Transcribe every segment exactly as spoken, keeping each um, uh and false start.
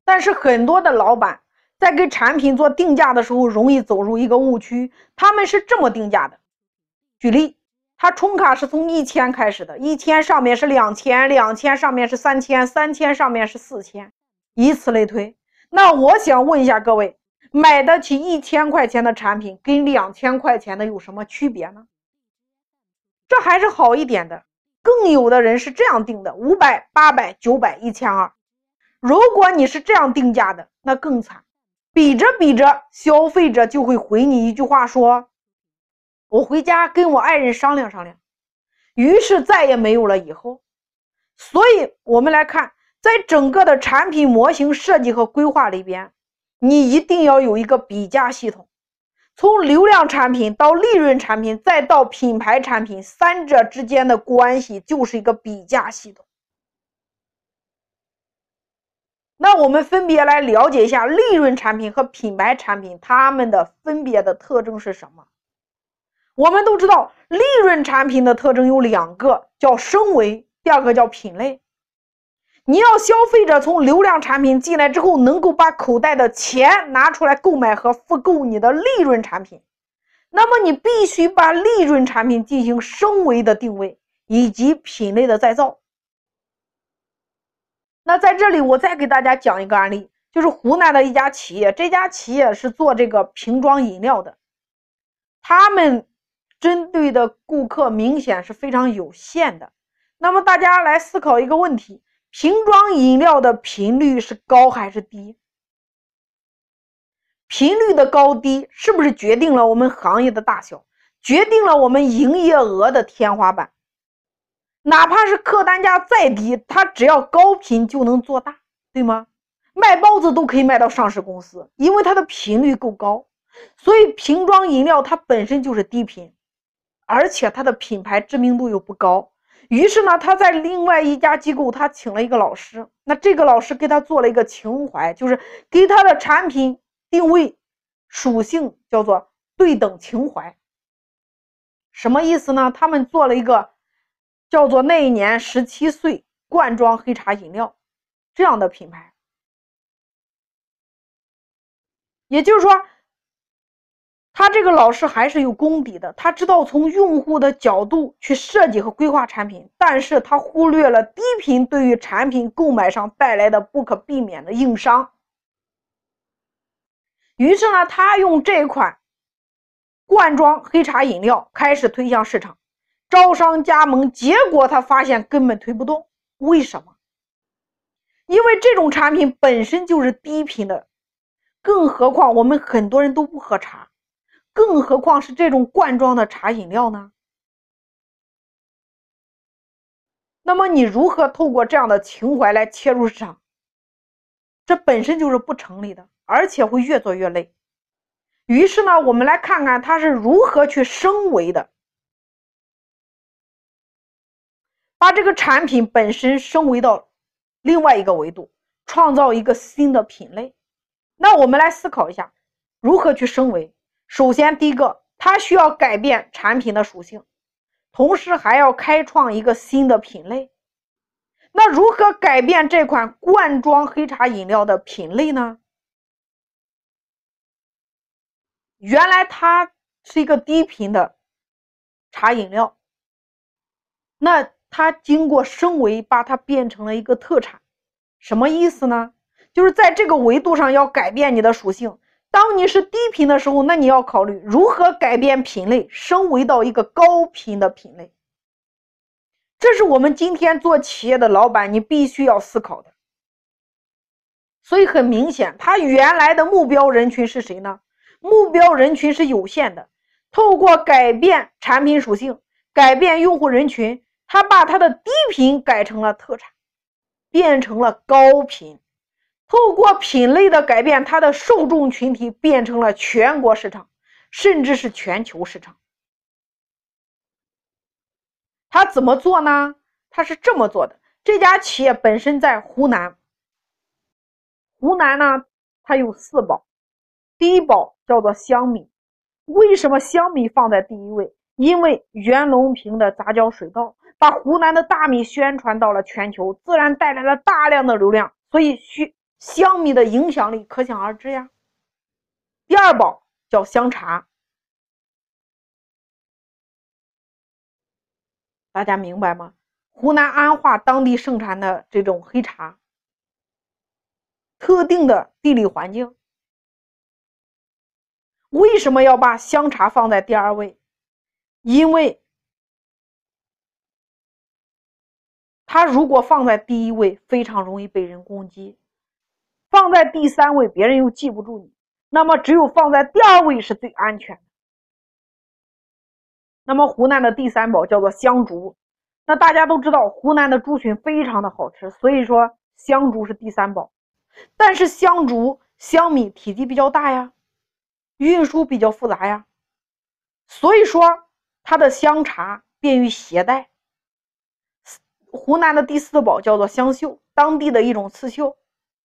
但是很多的老板在给产品做定价的时候，容易走入一个误区，他们是这么定价的。举例，他充卡是从一千开始的，一千上面是两千，两千上面是三千，三千上面是四千，以此类推。那我想问一下各位，买得起一千块钱的产品跟两千块钱的有什么区别呢？这还是好一点的。更有的人是这样定的，五百、八百、九百、一千二。如果你是这样定价的，那更惨。比着比着，消费者就会回你一句话说，我回家跟我爱人商量商量，于是再也没有了以后。所以我们来看，在整个的产品模型设计和规划里边，你一定要有一个比价系统。从流量产品到利润产品，再到品牌产品，三者之间的关系就是一个比价系统。那我们分别来了解一下利润产品和品牌产品，它们的分别的特征是什么？我们都知道，利润产品的特征有两个，叫升维，第二个叫品类。你要消费者从流量产品进来之后，能够把口袋的钱拿出来购买和复购你的利润产品，那么你必须把利润产品进行升维的定位以及品类的再造。那在这里我再给大家讲一个案例，就是湖南的一家企业，这家企业是做这个瓶装饮料的，他们针对的顾客明显是非常有限的。那么大家来思考一个问题，瓶装饮料的频率是高还是低？频率的高低是不是决定了我们行业的大小，决定了我们营业额的天花板？哪怕是客单价再低，它只要高频就能做大，对吗？卖包子都可以卖到上市公司，因为它的频率够高。所以瓶装饮料它本身就是低频，而且它的品牌知名度又不高。于是呢，他在另外一家机构他请了一个老师，那这个老师给他做了一个情怀，就是给他的产品定位属性叫做对等情怀。什么意思呢？他们做了一个叫做那一年十七岁罐装黑茶饮料这样的品牌。也就是说，他这个老师还是有功底的，他知道从用户的角度去设计和规划产品，但是他忽略了低频对于产品购买上带来的不可避免的硬伤。于是呢，他用这款罐装黑茶饮料开始推向市场，招商加盟，结果他发现根本推不动。为什么？因为这种产品本身就是低频的，更何况我们很多人都不喝茶，更何况是这种罐装的茶饮料呢？那么你如何透过这样的情怀来切入市场？这本身就是不成立的，而且会越做越累。于是呢，我们来看看它是如何去升维的，把这个产品本身升维到另外一个维度，创造一个新的品类。那我们来思考一下，如何去升维？首先，第一个，它需要改变产品的属性，同时还要开创一个新的品类。那如何改变这款罐装黑茶饮料的品类呢？原来它是一个低频的茶饮料，那它经过升维，把它变成了一个特产。什么意思呢？就是在这个维度上要改变你的属性。当你是低频的时候，那你要考虑如何改变品类，升维到一个高频的品类。这是我们今天做企业的老板你必须要思考的。所以很明显，他原来的目标人群是谁呢？目标人群是有限的。透过改变产品属性，改变用户人群，他把他的低频改成了特产，变成了高频。透过品类的改变，它的受众群体变成了全国市场，甚至是全球市场。他怎么做呢？他是这么做的。这家企业本身在湖南，湖南呢，它有四宝，第一宝叫做香米。为什么香米放在第一位？因为袁隆平的杂交水稻把湖南的大米宣传到了全球，自然带来了大量的流量，所以需香米的影响力可想而知呀。第二宝叫香茶，大家明白吗？湖南安化当地盛产的这种黑茶，特定的地理环境，为什么要把香茶放在第二位？因为它如果放在第一位，非常容易被人攻击；放在第三位，别人又记不住你。那么只有放在第二位是最安全的。那么湖南的第三宝叫做香竹，那大家都知道湖南的猪群非常的好吃，所以说香竹是第三宝。但是香竹香米体积比较大呀，运输比较复杂呀，所以说它的香茶便于携带。湖南的第四宝叫做香绣，当地的一种刺绣。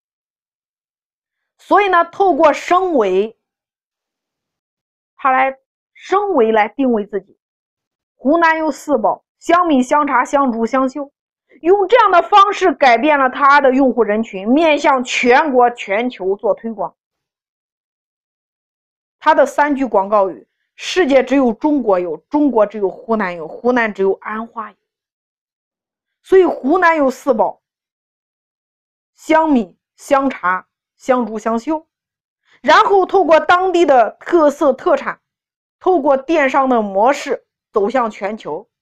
所以呢，透过声维，它来声维来定位自己。湖南有四宝：香米、香茶、香竹、香绣。用这样的方式改变了它的用户人群，面向全国全球做推广。它的三句广告语：世界只有中国有，中国只有湖南有，湖南只有安化有。所以湖南有四宝：香米、香茶、香竹、香绣。然后透过当地的特色特产，透过电商的模式走向全球。